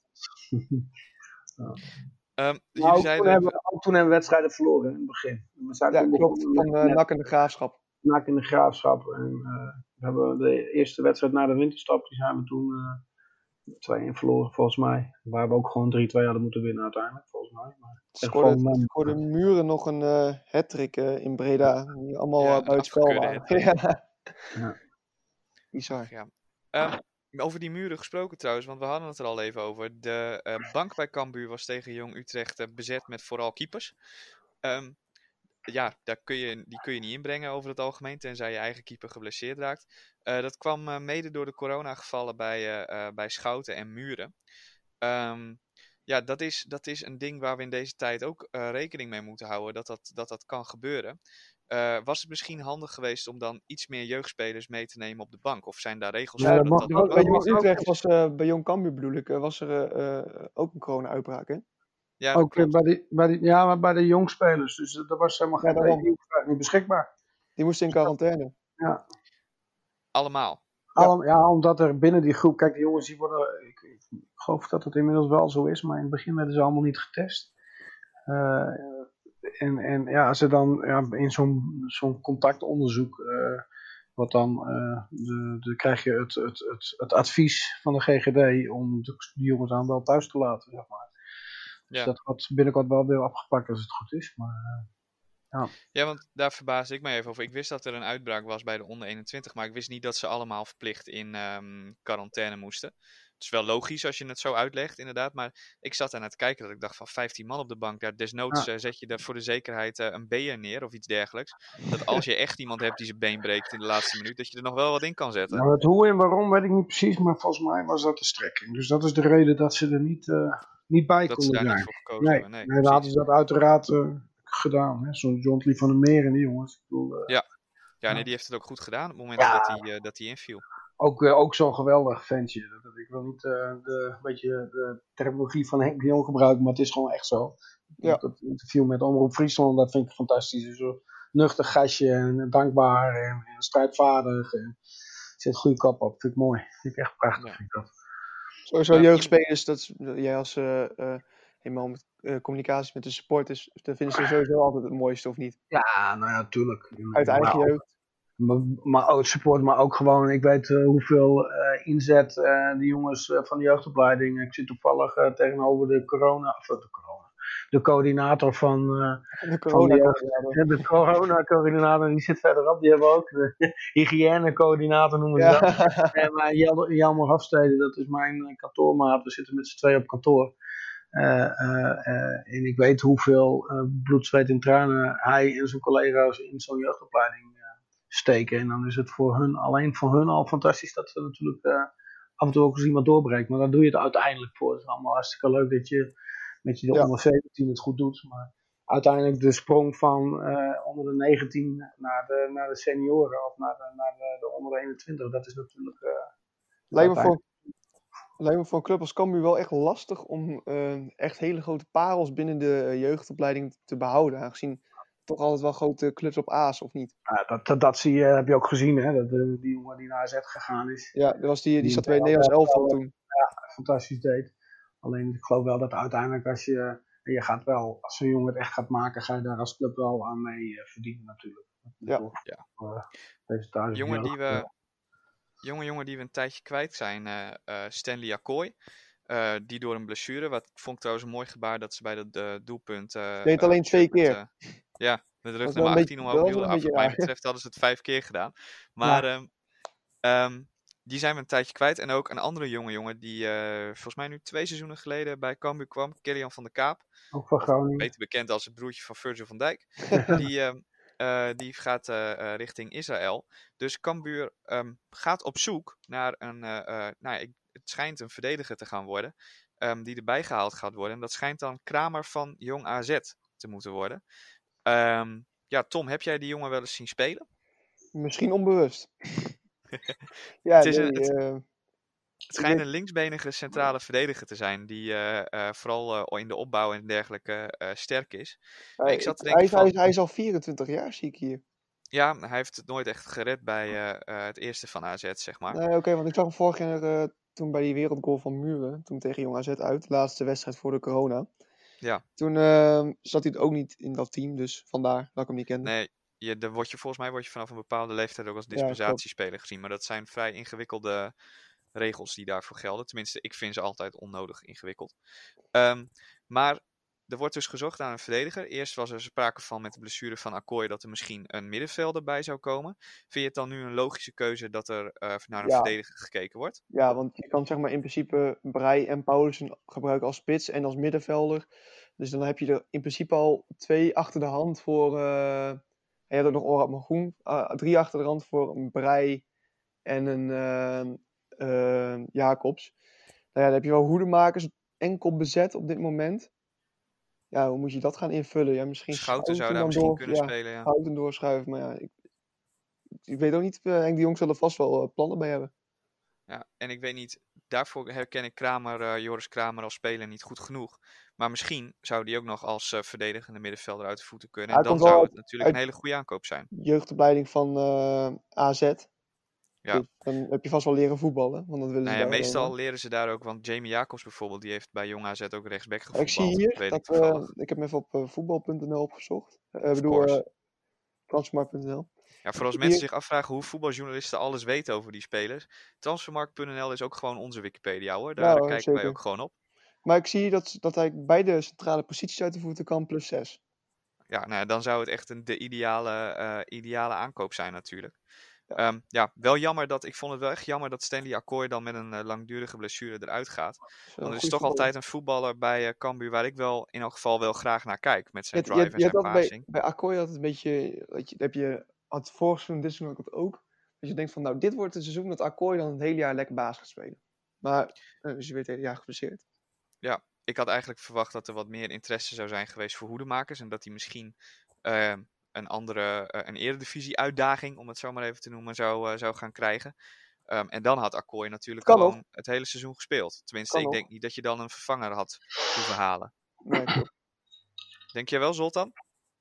S2: Ja. um,
S3: nou,
S2: zeiden...
S3: toen, hebben, ook toen hebben we wedstrijden verloren in het begin. We zijn
S4: ja, klopt. Van uh, N A C en de Graafschap.
S3: N A C en de Graafschap. En uh, we hebben de eerste wedstrijd na de winterstop, die zijn we toen uh, twee-een verloren, volgens mij. Waar we ook gewoon drie-twee hadden moeten winnen uiteindelijk, volgens mij. Maar
S4: scoorde, scoorde Muren nog een uh, hat-trick uh, in Breda. Die allemaal ja, uh, buitenspel waren. ja.
S3: Ja.
S2: Bizar. Ja. Um, over die Muren gesproken trouwens, want we hadden het er al even over. De uh, bank bij Cambuur was tegen Jong Utrecht uh, bezet met vooral keepers. Um, ja, daar kun je, die kun je niet inbrengen over het algemeen, tenzij je eigen keeper geblesseerd raakt. Uh, dat kwam uh, mede door de coronagevallen bij, uh, uh, bij Schouten en Muren. Um, ja, dat is, dat is een ding waar we in deze tijd ook uh, rekening mee moeten houden, dat dat, dat, dat kan gebeuren. Uh, was het misschien handig geweest om dan iets meer jeugdspelers mee te nemen op de bank? Of zijn daar regels
S3: ja,
S2: voor?
S3: dat
S2: dat
S3: mag,
S2: dat
S4: bij Jong Utrecht was, uh, bij Jong Cambuur bedoel ik, uh, was er uh, ook een corona-uitbraak, hè?
S3: Ja, ook weer bij de, bij de, ja, maar bij de jongspelers. Dus dat was helemaal geen ja, reden, niet beschikbaar.
S4: Die moesten in quarantaine.
S3: Ja.
S2: Allemaal?
S3: Ja. Allem, ja, omdat er binnen die groep... Kijk, de jongens die worden... Ik, ik, ik geloof dat het inmiddels wel zo is, maar in het begin werden ze allemaal niet getest. Uh, en, en ja, als ze dan ja, in zo'n, zo'n contactonderzoek... Uh, wat dan... Uh, de, de, krijg je het, het, het, het advies van de G G D om de, die jongens dan wel thuis te laten, zeg maar. Dus ja. Dat wordt binnenkort wel weer opgepakt als het goed is. Maar, uh, ja.
S2: ja, want daar verbaasde ik me even over. Ik wist dat er een uitbraak was bij de onder eenentwintig, maar ik wist niet dat ze allemaal verplicht in um, quarantaine moesten. is wel logisch als je het zo uitlegt, inderdaad. Maar ik zat daar naar te kijken dat ik dacht van vijftien man op de bank. Daar desnoods
S3: Ja.
S2: uh, zet je er voor de zekerheid uh, een B'er neer of iets dergelijks. Dat als je echt iemand hebt die zijn been breekt in de laatste minuut, dat je er nog wel wat in kan zetten.
S3: Nou, het hoe en waarom weet ik niet precies, maar volgens mij was dat de strekking. Dus dat is de reden dat ze er niet, uh, niet bij
S2: dat
S3: konden
S2: ze daar
S3: zijn.
S2: niet voor gekozen
S3: Nee,
S2: hebben. Nee,
S3: nee dan hadden ze dat uiteraard uh, gedaan. Hè? Zo'n John Lee van der Meer en die jongens. Ik bedoel, uh,
S2: ja. Ja, nee,
S3: ja.
S2: die heeft het ook goed gedaan op het moment
S3: Ja.
S2: dat hij uh, dat hij inviel.
S3: Ook, uh, ook zo'n geweldig ventje. Dat, ik wil niet uh, de, een beetje de terminologie van Henk de Jong gebruiken, maar het is gewoon echt zo.
S4: Ja.
S3: Dat interview met Omroep Friesland, dat vind ik fantastisch. Zo nuchter gastje en dankbaar en, en strijdvaardig. En zit goede kop op. Vind ik mooi. Vind ik echt prachtig.
S2: Ja.
S3: Vind ik dat.
S4: Sowieso
S2: Ja.
S4: jeugdspelers, dat is, jij als uh, uh, helemaal met uh, communicatie met de supporters, dat vinden ze sowieso altijd het mooiste, of niet?
S3: Ja, nou ja, tuurlijk.
S4: Uit eigen
S3: maar,
S4: jeugd.
S3: Maar, maar ook support, maar ook gewoon, ik weet uh, hoeveel uh, inzet uh, die jongens uh, van de jeugdopleiding. Ik zit toevallig uh, tegenover de corona, of de corona, de coördinator van, uh,
S4: De
S3: van de,
S4: corona-coördinator.
S3: de corona-coördinator, die zit verderop. Die hebben ook de hygiëne-coördinator, noemen ze
S4: Ja.
S3: dat. En maar Jel- Jelmer Hofstede, dat is mijn kantoormaat. We zitten met z'n tweeën op kantoor. Uh, uh, uh, en ik weet hoeveel uh, bloed, zweet en tranen hij en zijn collega's in zo'n jeugdopleiding uh, steken. En dan is het voor hun, alleen voor hun al fantastisch dat ze natuurlijk uh, af en toe ook eens iemand doorbreekt. Maar daar doe je het uiteindelijk voor. Het is allemaal hartstikke leuk dat je met je de
S4: Ja.
S3: onder zeventien het goed doet. Maar uiteindelijk de sprong van uh, onder de negentien naar de, naar de senioren of naar de, naar de, de onder de eenentwintig, dat is natuurlijk... Uh,
S4: Lijkt me voor Lijkt me voor een club als Cambuur wel echt lastig om uh, echt hele grote parels binnen de uh, jeugdopleiding te behouden. Aangezien toch altijd wel grote clubs op A's, of niet?
S3: Ja, dat, dat, dat zie je, heb je ook gezien, hè? Dat, uh, die jongen die naar A Z gegaan is.
S4: Ja, dat was die, die, die zat bij het
S3: ja,
S4: Nederlands elftal
S3: wel,
S4: toen.
S3: Ja, fantastisch deed. Alleen ik geloof wel dat uiteindelijk als je, je gaat wel, als zo'n jongen het echt gaat maken, ga je daar als club wel aan mee uh, verdienen natuurlijk.
S4: Ja.
S3: Door,
S2: ja.
S3: Uh, deze
S2: jongen die we... Jonge jongen die we een tijdje kwijt zijn, uh, uh, Stanley Akkoy. Uh, die door een blessure, wat vond ik trouwens een mooi gebaar dat ze bij dat uh, doelpunt... Uh,
S4: deed alleen uh, twee keer.
S2: Met, uh, ja, met rug nummer achttien omhoog hielden. Af, wat mij betreft hadden ze het vijf keer gedaan. Maar ja. um, um, die zijn we een tijdje kwijt. En ook een andere jonge jongen die uh, volgens mij nu twee seizoenen geleden bij Cambuur kwam. Kilian van der Kaap.
S3: Ook van Groningen.
S2: Beter bekend als het broertje van Virgil van Dijk. die... Uh, Uh, die gaat uh, uh, richting Israël. Dus Cambuur um, gaat op zoek naar een... Uh, uh, nou, ik, het schijnt een verdediger te gaan worden. Um, die erbij gehaald gaat worden. En dat schijnt dan Kramer van Jong A Z te moeten worden. Um, ja, Tom, heb jij die jongen wel eens zien spelen?
S4: Misschien onbewust. ja,
S2: het, is
S4: nee,
S2: een, het,
S4: uh,
S2: het schijnt een linksbenige centrale verdediger te zijn. Die uh, uh, vooral uh, in de opbouw en dergelijke uh, sterk is.
S4: Uh,
S2: ik zat te
S4: hij,
S2: denken
S4: hij,
S2: van,
S4: hij is al vierentwintig jaar, zie ik hier.
S2: Ja, hij heeft het nooit echt gered bij uh, uh, het eerste van A Z, zeg maar.
S4: Nee, oké, okay, want ik zag hem vorig jaar uh, toen bij die wereldgoal van Muren, toen tegen Jong A Z uit, de laatste wedstrijd voor de corona.
S2: Ja.
S4: Toen uh, zat hij ook niet in dat team, dus vandaar dat ik hem niet kende.
S2: Nee, je, de, word je, volgens mij word je vanaf een bepaalde leeftijd ook als dispensatiespeler ja, gezien. Maar dat zijn vrij ingewikkelde regels die daarvoor gelden. Tenminste, ik vind ze altijd onnodig ingewikkeld. Um, maar er wordt dus gezocht naar een verdediger. Eerst was er sprake van met de blessure van Akkoy dat er misschien een middenvelder bij zou komen. Vind je het dan nu een logische keuze dat er uh, naar een ja. verdediger gekeken wordt?
S4: Ja, want je kan zeg maar in principe Breij en Paulussen gebruiken als spits en als middenvelder. Dus dan heb je er in principe al twee achter de hand voor... Uh, en je hebt ook nog Orad Magoen. Uh, drie achter de hand voor een Breij en een uh, uh, Jacobs. Nou ja, dan heb je wel hoedemakers enkel bezet op dit moment. Ja, hoe moet je dat gaan invullen? Ja, misschien
S2: Schouten zou daar misschien door, kunnen
S4: ja,
S2: spelen, ja.
S4: Schouten doorschuiven, maar ja, ik, ik weet ook niet. Uh, Henk de Jong zal er vast wel uh, plannen bij hebben.
S2: Ja, en ik weet niet, daarvoor herken ik Kramer, uh, Joris Kramer als speler niet goed genoeg. Maar misschien zou die ook nog als uh, verdedigende middenvelder uit de voeten kunnen. En dan zou het natuurlijk een hele goede aankoop zijn.
S4: Jeugdopleiding van uh, A Z.
S2: Ja.
S4: Dus dan heb je vast wel leren voetballen. Want dat willen
S2: nou
S4: ze
S2: ja,
S4: daar
S2: meestal
S4: wel.
S2: leren ze daar ook, want Jamie Jacobs bijvoorbeeld, die heeft bij Jong A Z ook rechtsback gevoetbald.
S4: Ik zie hier,
S2: weet
S4: dat,
S2: ik,
S4: uh, ik heb hem even op uh, voetbal punt n l opgezocht. Ik uh, bedoel, uh, transfermarkt punt n l.
S2: Ja, voor als mensen zich afvragen hoe voetbaljournalisten alles weten over die spelers. transfermarkt punt n l is ook gewoon onze Wikipedia hoor. Daar nou, kijken zeker. wij ook gewoon op.
S4: Maar ik zie dat, dat hij bij de centrale posities uit de voeten kan plus zes.
S2: Ja, nou, dan zou het echt een, de ideale, uh, ideale aankoop zijn natuurlijk. Ja. Um, ja, wel jammer dat, ik vond het wel echt jammer dat Stanley Akkoy dan met een uh, langdurige blessure eruit gaat. Want er is toch voetballer. altijd een voetballer bij uh, Cambuur waar ik wel in elk geval wel graag naar kijk. Met zijn
S4: je,
S2: drive
S4: je,
S2: en
S4: je
S2: zijn passing.
S4: Bij, bij Akkoy had het een beetje, dat je, heb je had vorig seizoen, dit seizoen ook, ook. Dat je denkt van, nou, dit wordt het seizoen dat Akkoy dan het hele jaar lekker baas gaat spelen. Maar, uh, dus je werd het hele jaar geblesseerd.
S2: Ja, ik had eigenlijk verwacht dat er wat meer interesse zou zijn geweest voor hoedemakers. En dat hij misschien uh, een andere, uh, een eredivisie uitdaging, om het zo maar even te noemen, zou, uh, zou gaan krijgen. Um, en dan had Akkoy natuurlijk
S4: kan
S2: gewoon
S4: nog.
S2: het hele seizoen gespeeld. Tenminste,
S4: kan
S2: ik
S4: nog.
S2: denk niet dat je dan een vervanger had hoeven halen.
S4: Nee, klopt.
S2: Denk jij wel, Zoltan?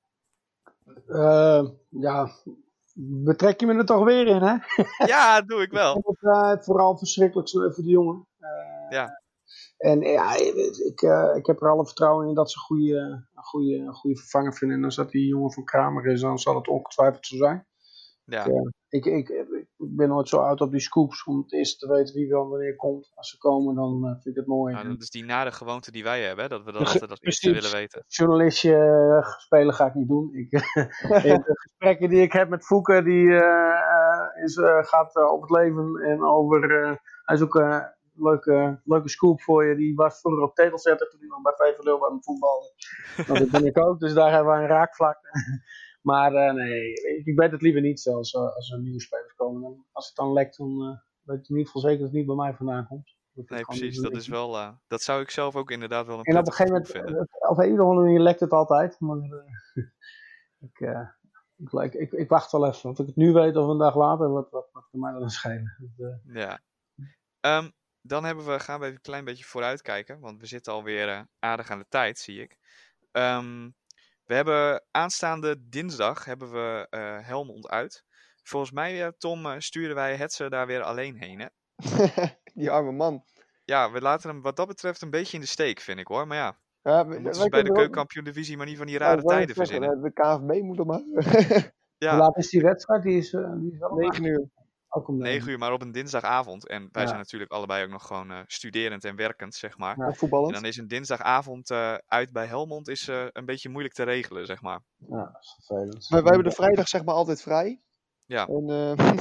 S3: Uh, ja, betrek je me er toch weer in, hè?
S2: Ja, doe ik wel.
S3: Ik vind het uh, vooral verschrikkelijk sneu voor die jongen. Uh,
S2: ja.
S3: En ja, ik, uh, ik heb er alle vertrouwen in dat ze een goede, een goede, een goede vervanger vinden. En als dat die jongen van Kramer is, dan zal het ongetwijfeld zo zijn.
S2: Ja.
S3: Ik, uh, ik, ik, ik ben nooit zo uit op die scoops om het eerst te weten wie wel wanneer komt. Als ze komen, dan uh, vind ik het mooi.
S2: Nou, dat is die nare gewoonte die wij hebben, hè? Dat we dat
S3: Ge-
S2: altijd als eerste willen weten.
S3: Journalistje uh, spelen ga ik niet doen. Ik, in de gesprekken die ik heb met Fouke, die uh, uh, is, uh, gaat uh, over het leven en over... Uh, hij is ook... Uh, Leuke, leuke scoop voor je. Die was vroeger op tegelzetter toen hij nog bij V V Leeuwen aan het voetballen. Nou, dat ben ik ook, dus daar hebben we een raakvlak. Maar uh, nee, ik weet het liever niet zelfs uh, als er nieuwe spelers komen. Dan, als het dan lekt, dan uh, weet ik in ieder geval zeker dat het niet bij mij vandaan komt. Dat
S2: nee, precies. Dat is wel... Uh, dat zou ik zelf ook inderdaad wel een
S3: en op een gegeven moment,
S2: vinden.
S3: Op een of andere manier lekt het altijd. Maar uh, ik, uh, ik, ik, ik wacht wel even. Of ik het nu weet of een dag later, wat, wat, wat kan mij dan schelen. Dat, uh,
S2: ja. Um, Dan hebben we, gaan we even een klein beetje vooruitkijken. Want we zitten alweer uh, aardig aan de tijd, zie ik. Um, we hebben aanstaande dinsdag hebben we uh, Helmond uit. Volgens mij, uh, Tom, uh, sturen wij Hetze daar weer alleen heen, hè?
S4: Die arme man.
S2: Ja, we laten hem wat dat betreft een beetje in de steek, vind ik hoor. Maar ja,
S4: ja
S2: we moeten ze bij de keukenkampioen-divisie maar niet van die rare
S4: ja,
S2: tijden verzinnen.
S4: De K N V B moet er maar.
S3: ja. Hoe laat is die wedstrijd? Die is, uh, die is wel
S4: negen uur.
S3: Ook om
S2: negen uur, maar op een dinsdagavond. En wij
S3: ja.
S2: zijn natuurlijk allebei ook nog gewoon uh, studerend en werkend, zeg maar.
S4: Ja, voetballend.
S2: En dan is een dinsdagavond uh, uit bij Helmond is, uh, een beetje moeilijk te regelen, zeg maar.
S3: Ja, dat is vervelend.
S4: Maar wij hebben de vrijdag zeg maar altijd vrij.
S2: Ja.
S4: En uh,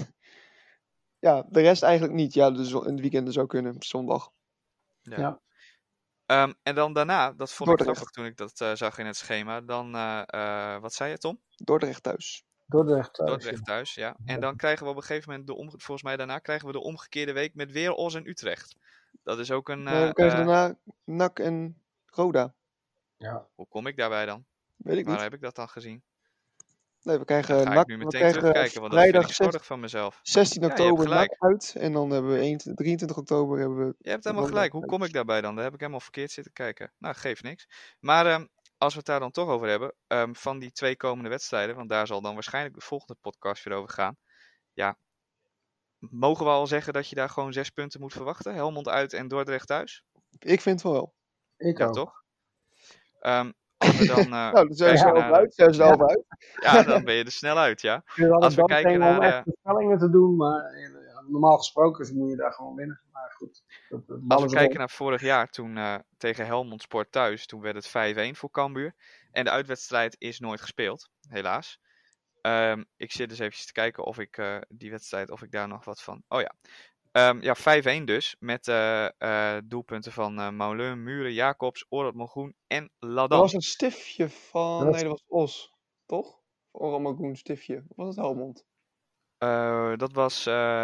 S4: ja, de rest eigenlijk niet. Ja, dus in het weekend zou kunnen, zondag.
S2: Ja.
S3: ja.
S2: Um, en dan daarna, dat vond Dordrecht. ik grappig toen ik dat uh, zag in het schema. Dan, uh, uh, wat zei je, Tom?
S4: Dordrecht thuis.
S3: Dordrecht thuis.
S2: Dordrecht thuis, ja. En dan krijgen we op een gegeven moment, de om, volgens mij daarna, krijgen we de omgekeerde week met weer Os en Utrecht. Dat is ook een... Uh,
S4: nee, we krijgen uh, daarna N A C en Roda.
S3: Ja.
S2: Hoe kom ik daarbij dan?
S4: Weet ik
S2: Waar
S4: niet.
S2: heb ik dat dan gezien?
S4: Nee, we krijgen
S2: dan ga
S4: N A C,
S2: ik nu meteen terugkijken, want dat vind ik slordig van mezelf.
S4: zestien oktober ja, N A C uit en dan hebben we drieëntwintig oktober hebben we...
S2: Je hebt helemaal gelijk. Hoe kom ik daarbij dan? Daar heb ik helemaal verkeerd zitten kijken. Nou, geeft niks. Maar um, als we het daar dan toch over hebben, um, van die twee komende wedstrijden, want daar zal dan waarschijnlijk de volgende podcast weer over gaan. Ja, mogen we al zeggen dat je daar gewoon zes punten moet verwachten? Helmond uit en Dordrecht thuis?
S4: Ik vind het wel.
S3: Ik
S2: ja,
S3: ook.
S2: toch? Um, als we dan uh,
S4: nou, dan zijn ze er
S2: naar...
S4: uit. Zijn ze er
S3: ja.
S4: uit.
S2: Ja, dan ben je er snel uit, ja. Als we kijken naar...
S3: om echt voorspellingen te doen, maar ja, normaal gesproken moet je daar gewoon winnen. Maar goed. Dat, dat
S2: als we kijken naar vorig jaar, toen uh, tegen Helmond Sport thuis, toen werd het vijf-een voor Cambuur. En de uitwedstrijd is nooit gespeeld, helaas. Um, ik zit dus even te kijken of ik uh, die wedstrijd, of ik daar nog wat van... Oh ja. Um, ja, vijf-een dus, met uh, uh, doelpunten van uh, Moulin, Muren, Jacobs, Orad Mogoen en Ladan.
S4: Dat was een stiftje van...
S3: Dat...
S4: Nee, dat was Os, toch? Orad Mogoen stiftje. Of was het Helmond?
S2: Uh, dat was...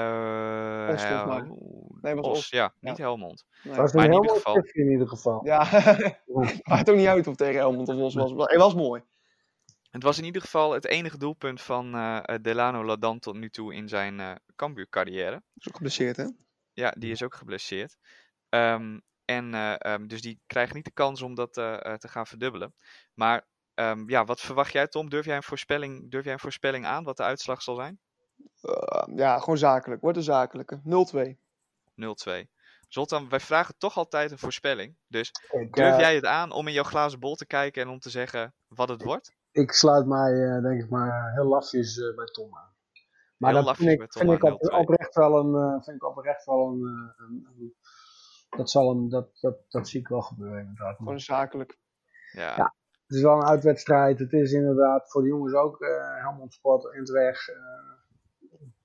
S2: Uh,
S4: Os, volgens mij. Nee, was Os.
S2: Os. Ja, niet ja. Helmond.
S3: Nee. Het was een Helmond geval... stiftje in ieder geval.
S4: Ja, maakt ook niet uit of tegen Helmond of Os was. Het was mooi.
S2: Het was in ieder geval het enige doelpunt van uh, Delano Ladan tot nu toe in zijn uh, Cambuur carrière.
S4: Is ook geblesseerd, hè?
S2: Ja, die is ook geblesseerd. Um, en uh, um, dus die krijgt niet de kans om dat uh, uh, te gaan verdubbelen. Maar um, ja, wat verwacht jij, Tom? Durf jij een voorspelling, durf jij een voorspelling aan wat de uitslag zal zijn?
S4: Uh, ja, gewoon zakelijk. Wordt een zakelijke. nul-twee.
S2: nul-twee. Zoltan, wij vragen toch altijd een voorspelling. Dus ik, durf uh, jij het aan om in jouw glazen bol te kijken en om te zeggen wat het wordt?
S3: Ik sluit mij, uh, denk ik maar, heel lafjes uh, bij Tom aan. Maar
S2: heel
S3: dat vind ik, vind ik op, oprecht wel een, uh, vind ik oprecht wel een, uh, een, een dat zal een, dat, dat, dat zie ik wel gebeuren inderdaad.
S4: Gewoon zakelijk.
S2: Ja.
S3: ja. Het is wel een uitwedstrijd. Het is inderdaad voor de jongens ook uh, Helmond Sport in het weg. Uh,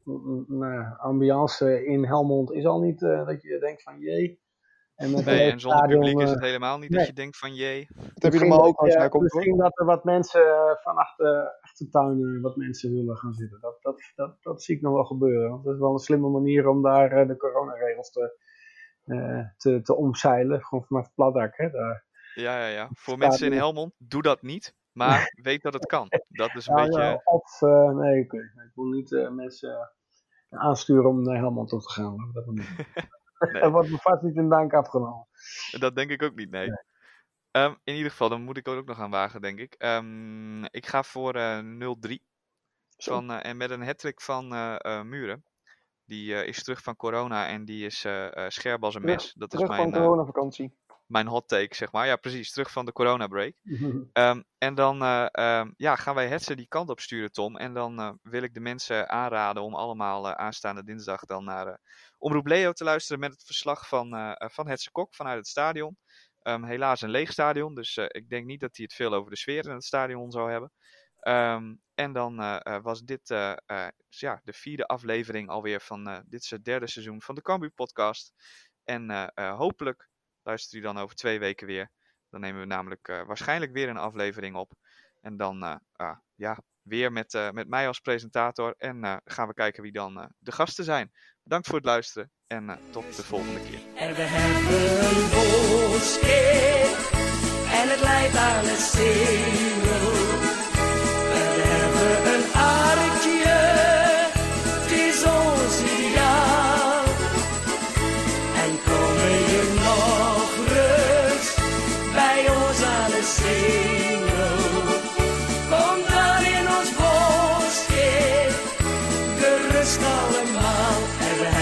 S3: uh, ambiance in Helmond is al niet uh, dat je denkt van jee.
S2: En met nee, en zonder stadion, publiek is het helemaal niet nee. dat je denkt van jee.
S4: Dat heb je normaal ook als jij komt.
S3: Misschien dat er wat mensen van achter, achtertuin wat mensen willen gaan zitten. Dat, dat, dat, dat zie ik nog wel gebeuren. Want dat is wel een slimme manier om daar uh, de coronaregels te, uh, te, te omzeilen. Gewoon vanaf het platdak. Hè, daar.
S2: Ja, ja, ja. Voor mensen in Helmond, doe dat niet. Maar weet dat het kan. Dat is een
S3: ja,
S2: beetje...
S3: Ja, of, uh, nee, oké. Okay. Ik wil niet uh, mensen uh, aansturen om naar Helmond toe te gaan. Dat moet niet. Nee. Er wordt me vast niet in dank afgenomen.
S2: Dat denk ik ook niet, nee. nee. Um, in ieder geval, dan moet ik ook nog aan wagen, denk ik. Um, ik ga voor uh, nul drie. Van, uh, en met een hattrick van uh, uh, Muren. Die uh, is terug van corona en die is uh, uh, scherp als een mes.
S4: Terug,
S2: dat
S4: terug
S2: is mijn,
S4: van coronavakantie.
S2: Uh, mijn hot take, zeg maar. Ja, precies. Terug van de corona break. um, en dan uh, um, ja, gaan wij Hetze die kant op sturen, Tom. En dan uh, wil ik de mensen aanraden om allemaal uh, aanstaande dinsdag dan naar uh, Omroep Leo te luisteren met het verslag van, uh, van Hetze Kok vanuit het stadion. Um, helaas een leeg stadion, dus uh, ik denk niet dat hij het veel over de sfeer in het stadion zou hebben. Um, en dan uh, uh, was dit uh, uh, ja, de vierde aflevering alweer van uh, dit is het derde seizoen van de Cambuur podcast. En uh, uh, hopelijk luistert u dan over twee weken weer. Dan nemen we namelijk uh, waarschijnlijk weer een aflevering op. En dan uh, uh, ja, weer met, uh, met mij als presentator. En uh, gaan we kijken wie dan uh, de gasten zijn. Bedankt voor het luisteren en uh, tot de volgende keer.
S1: En we hebben een boskeer en het leidt aan het singel. En we hebben een aardje, het is ons ideaal. En komen je nog rust bij ons aan het singel. Kom dan in ons boskeer, gerust allemaal. En we